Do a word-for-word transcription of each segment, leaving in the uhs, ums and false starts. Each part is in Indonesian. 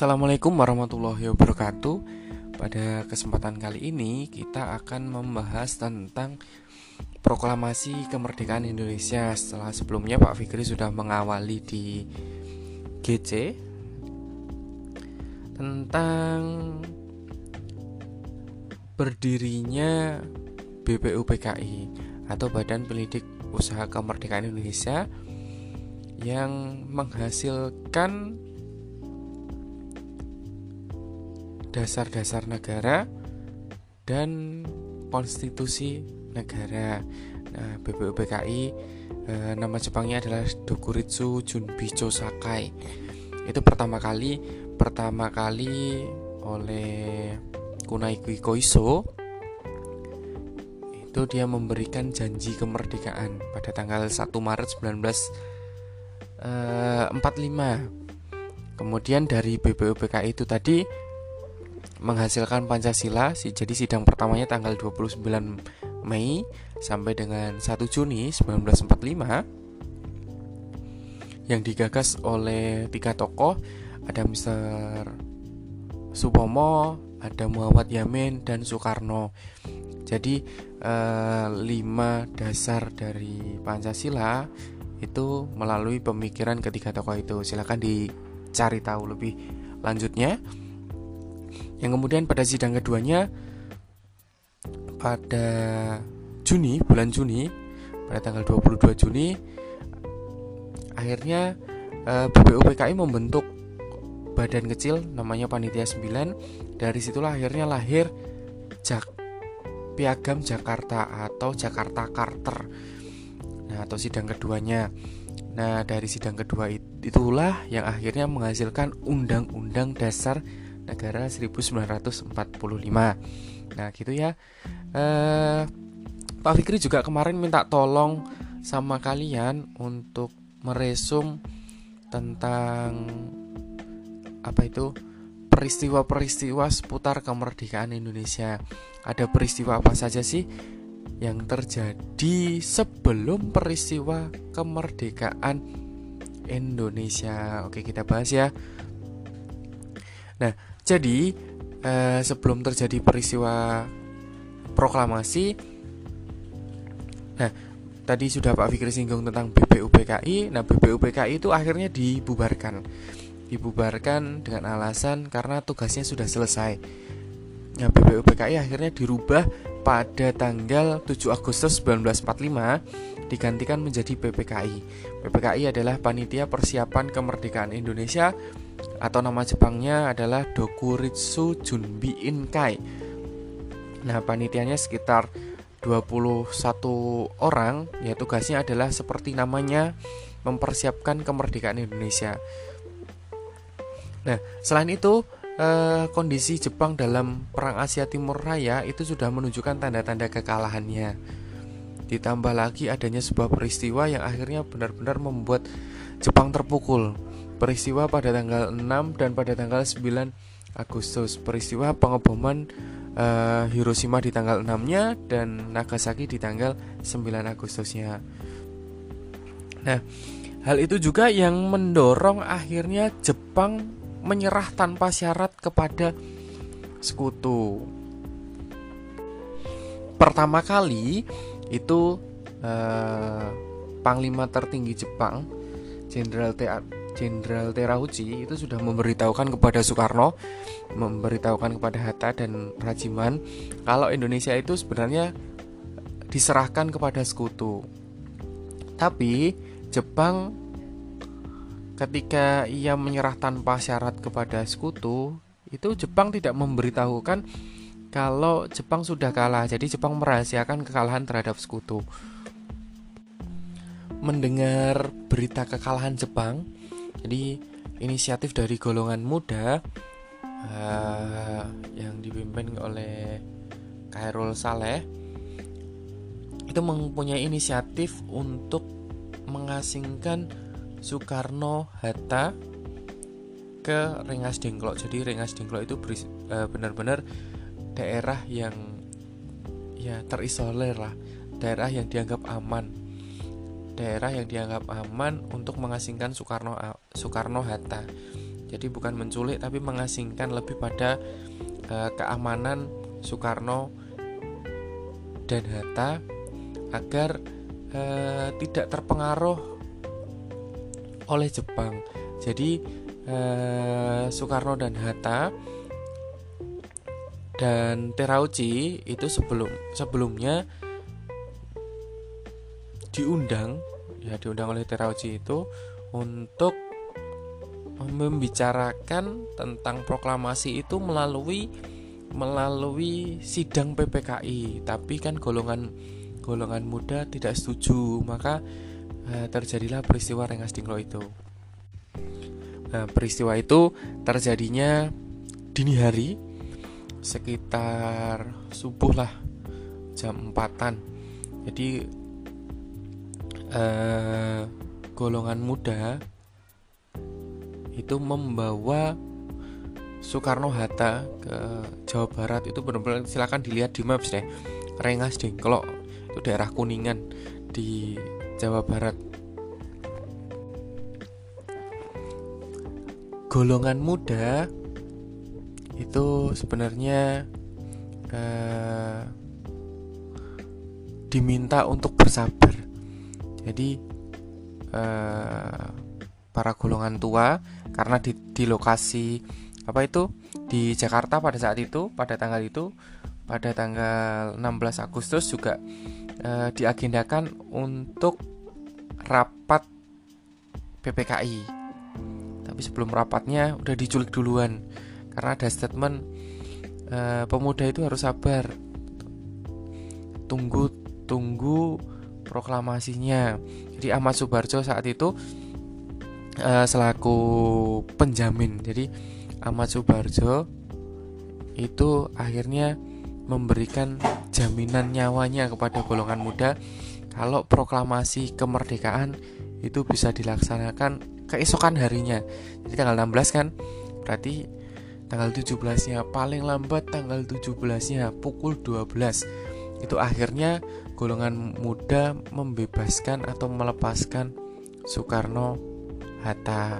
Assalamualaikum warahmatullahi wabarakatuh. Pada kesempatan kali ini kita akan membahas tentang proklamasi kemerdekaan Indonesia. Setelah sebelumnya Pak Fikri sudah mengawali di G C tentang berdirinya B P U P K I atau Badan Pendidik Usaha Kemerdekaan Indonesia yang menghasilkan dasar-dasar negara dan konstitusi negara. Nah, B P U P K I e, nama Jepangnya adalah Dokuritsu Junbicho Sakai. Itu pertama kali pertama kali oleh Kunaiki Koiso. Itu dia memberikan janji kemerdekaan pada tanggal satu Maret seribu sembilan ratus empat puluh lima. Kemudian dari B P U P K I itu tadi menghasilkan Pancasila. Jadi sidang pertamanya tanggal dua puluh sembilan Mei sampai dengan satu Juni seribu sembilan ratus empat puluh lima, yang digagas oleh tiga tokoh, ada mister Supomo, ada Muhammad Yamin, dan Soekarno. Jadi eh, lima dasar dari Pancasila itu melalui pemikiran ketiga tokoh itu. Silakan dicari tahu lebih lanjutnya. Yang kemudian pada sidang keduanya pada Juni, bulan Juni, pada tanggal dua puluh dua Juni, akhirnya eh, B P U P K I membentuk badan kecil namanya Panitia sembilan. Dari situlah akhirnya lahir Jak Piagam Jakarta atau Jakarta Charter. Nah, atau sidang keduanya. Nah, dari sidang kedua itulah yang akhirnya menghasilkan Undang-Undang Dasar Negara seribu sembilan ratus empat puluh lima. Nah gitu ya. eh, Pak Fikri juga kemarin minta tolong sama kalian untuk meresum tentang apa itu peristiwa-peristiwa seputar kemerdekaan Indonesia. Ada peristiwa apa saja sih yang terjadi sebelum peristiwa kemerdekaan Indonesia? Oke, kita bahas ya. Nah, jadi eh, sebelum terjadi peristiwa proklamasi, nah tadi sudah Pak Fikri singgung tentang B P U P K I. Nah, B P U P K I itu akhirnya dibubarkan, dibubarkan dengan alasan karena tugasnya sudah selesai. Nah, B P U P K I akhirnya dirubah pada tanggal tujuh Agustus seribu sembilan ratus empat puluh lima, digantikan menjadi P P K I. P P K I adalah Panitia Persiapan Kemerdekaan Indonesia, atau nama Jepangnya adalah Dokuritsu Junbi Inkai. Nah, panitianya sekitar dua puluh satu orang, ya tugasnya adalah seperti namanya mempersiapkan kemerdekaan Indonesia. Nah, selain itu eh, kondisi Jepang dalam Perang Asia Timur Raya itu sudah menunjukkan tanda-tanda kekalahannya. Ditambah lagi adanya sebuah peristiwa yang akhirnya benar-benar membuat Jepang terpukul. Peristiwa pada tanggal enam dan pada tanggal sembilan Agustus. Peristiwa pengeboman uh, Hiroshima di tanggal enam-nya dan Nagasaki di tanggal sembilan Agustusnya. Nah, hal itu juga yang mendorong akhirnya Jepang menyerah tanpa syarat kepada sekutu. Pertama kali itu uh, Panglima tertinggi Jepang, Jenderal T Jenderal Terauchi itu sudah memberitahukan kepada Soekarno, memberitahukan kepada Hatta dan Rajiman kalau Indonesia itu sebenarnya diserahkan kepada sekutu. Tapi Jepang ketika ia menyerah tanpa syarat kepada sekutu, itu Jepang tidak memberitahukan kalau Jepang sudah kalah. Jadi Jepang merahasiakan kekalahan terhadap sekutu. Mendengar berita kekalahan Jepang, jadi inisiatif dari golongan muda uh, yang dipimpin oleh Khairul Saleh itu mempunyai inisiatif untuk mengasingkan Soekarno Hatta ke Rengas Dengklok. Jadi Rengas Dengklok itu beris, uh, benar-benar daerah yang ya terisolir lah, daerah yang dianggap aman. daerah yang dianggap aman untuk mengasingkan Soekarno Soekarno Hatta. Jadi bukan menculik tapi mengasingkan, lebih pada uh, keamanan Soekarno dan Hatta agar uh, tidak terpengaruh oleh Jepang. Jadi uh, Soekarno dan Hatta dan Terauchi itu sebelum sebelumnya diundang ya diundang oleh Terauchi itu untuk membicarakan tentang proklamasi itu melalui melalui sidang P P K I, tapi kan golongan golongan muda tidak setuju, maka eh, terjadilah peristiwa Rengas Dengklok itu. Nah, peristiwa itu terjadinya dini hari, sekitar subuh lah, jam empatan. Jadi eh, golongan muda itu membawa Soekarno-Hatta ke Jawa Barat. Itu benar-benar, silakan dilihat di maps deh, Rengas Dengklok itu daerah Kuningan di Jawa Barat. Golongan muda itu sebenarnya eh, diminta untuk bersabar. Jadi eh, para golongan tua, karena di, di lokasi apa itu di Jakarta pada saat itu, pada tanggal itu, pada tanggal enam belas Agustus juga eh, diagendakan untuk rapat P P K I. Tapi sebelum rapatnya udah diculik duluan, karena ada statement eh, pemuda itu harus sabar, tunggu tunggu proklamasinya. Jadi Ahmad Subarjo saat itu Uh, selaku penjamin. Jadi Ahmad Subarjo itu akhirnya memberikan jaminan nyawanya kepada golongan muda kalau proklamasi kemerdekaan itu bisa dilaksanakan keesokan harinya. Jadi tanggal enam belas kan, berarti tanggal tujuh belasnya, paling lambat tanggal tujuh belasnya pukul dua belas itu akhirnya golongan muda membebaskan atau melepaskan Soekarno Hatta.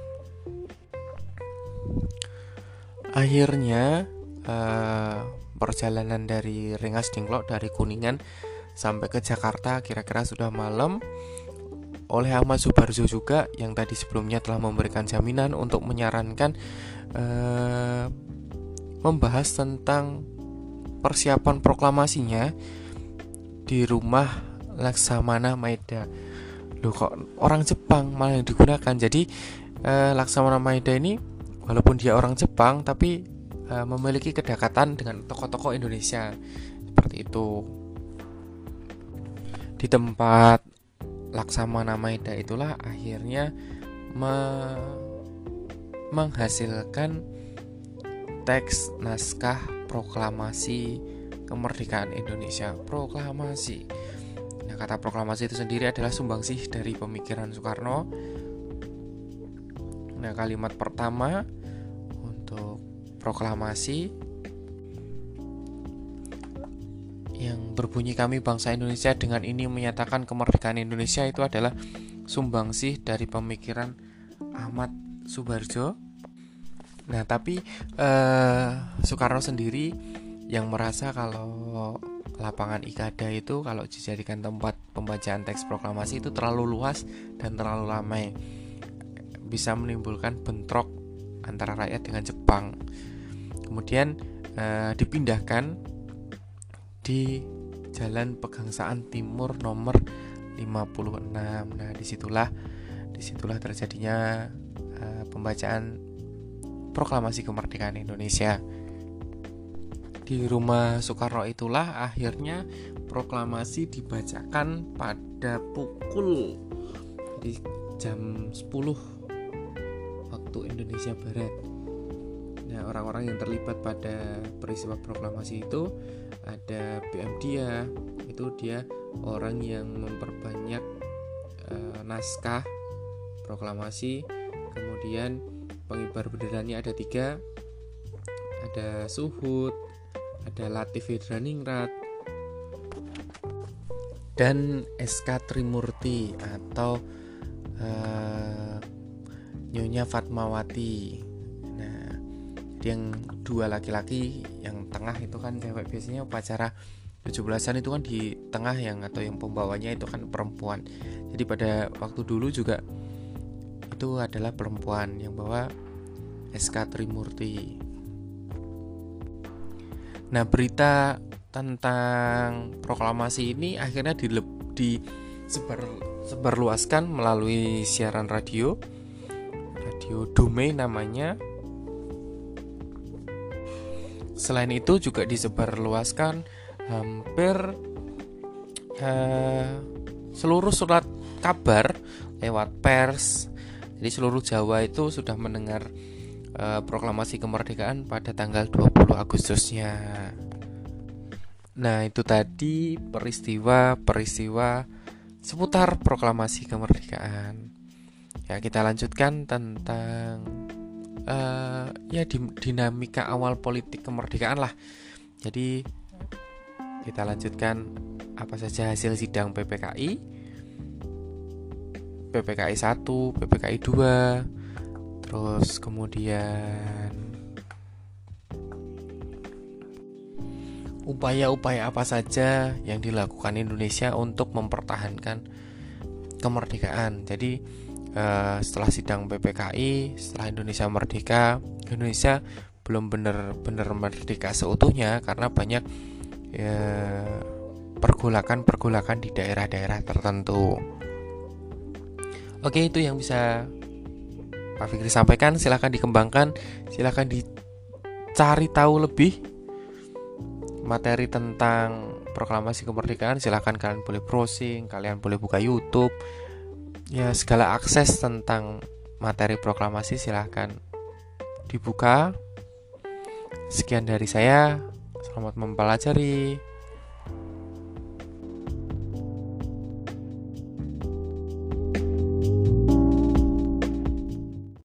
Akhirnya uh, perjalanan dari Rengas Dengklok, dari Kuningan sampai ke Jakarta kira-kira sudah malam. Oleh Ahmad Subarjo juga yang tadi sebelumnya telah memberikan jaminan untuk menyarankan uh, membahas tentang persiapan proklamasinya di rumah Laksamana Maeda. Loh, kok orang Jepang malah yang digunakan. Jadi eh, Laksamana Maeda ini walaupun dia orang Jepang, tapi eh, memiliki kedekatan dengan tokoh-tokoh Indonesia. Seperti itu. Di tempat Laksamana Maeda itulah akhirnya me- menghasilkan teks naskah proklamasi kemerdekaan Indonesia. Proklamasi. Nah, kata proklamasi itu sendiri adalah sumbangsih dari pemikiran Soekarno. Nah, kalimat pertama untuk proklamasi yang berbunyi, kami bangsa Indonesia dengan ini menyatakan kemerdekaan Indonesia, itu adalah sumbangsih dari pemikiran Ahmad Subarjo. Nah, tapi eh, Soekarno sendiri yang merasa kalau lapangan Ikada itu kalau dijadikan tempat pembacaan teks proklamasi itu terlalu luas dan terlalu ramai, bisa menimbulkan bentrok antara rakyat dengan Jepang. Kemudian eh, dipindahkan di Jalan Pegangsaan Timur nomor lima puluh enam. Nah, disitulah disitulah terjadinya eh, pembacaan proklamasi kemerdekaan Indonesia. Di rumah Soekarno itulah akhirnya proklamasi dibacakan pada pukul di jam sepuluh waktu Indonesia Barat. Nah, orang-orang yang terlibat pada peristiwa proklamasi itu ada B M Dia, itu dia orang yang memperbanyak e, naskah proklamasi. Kemudian pengibar benderanya ada tiga, ada Suhut, ada Latif Hidraningrat, dan S K Trimurti atau uh, Nyonya Fatmawati. yang dua laki-laki, yang tengah itu kan cewek. Biasanya upacara tujuh belasan itu kan di tengah yang atau yang pembawanya itu kan perempuan. Jadi pada waktu dulu juga itu adalah perempuan yang bawa S K Trimurti. Nah, berita tentang proklamasi ini akhirnya dilep, disebar sebarluaskan melalui siaran radio, radio Dumai namanya. Selain itu juga disebarluaskan hampir eh, seluruh surat kabar lewat pers. Jadi seluruh Jawa itu sudah mendengar eh, proklamasi kemerdekaan pada tanggal dua puluh Agustusnya. Nah, itu tadi peristiwa-peristiwa seputar proklamasi kemerdekaan. Ya, kita lanjutkan tentang uh, ya dinamika awal politik kemerdekaan lah. Jadi kita lanjutkan apa saja hasil sidang P P K I, P P K I satu, P P K I dua, terus kemudian upaya-upaya apa saja yang dilakukan Indonesia untuk mempertahankan kemerdekaan. Jadi uh, setelah sidang P P K I, setelah Indonesia merdeka, Indonesia belum benar-benar merdeka seutuhnya karena banyak ya, pergolakan-pergolakan di daerah-daerah tertentu. Oke, itu yang bisa Pak Fikri sampaikan. Silakan dikembangkan, silakan dicari tahu lebih materi tentang proklamasi kemerdekaan. Silakan kalian boleh browsing, kalian boleh buka YouTube. Ya, segala akses tentang materi proklamasi silakan dibuka. Sekian dari saya. Selamat mempelajari.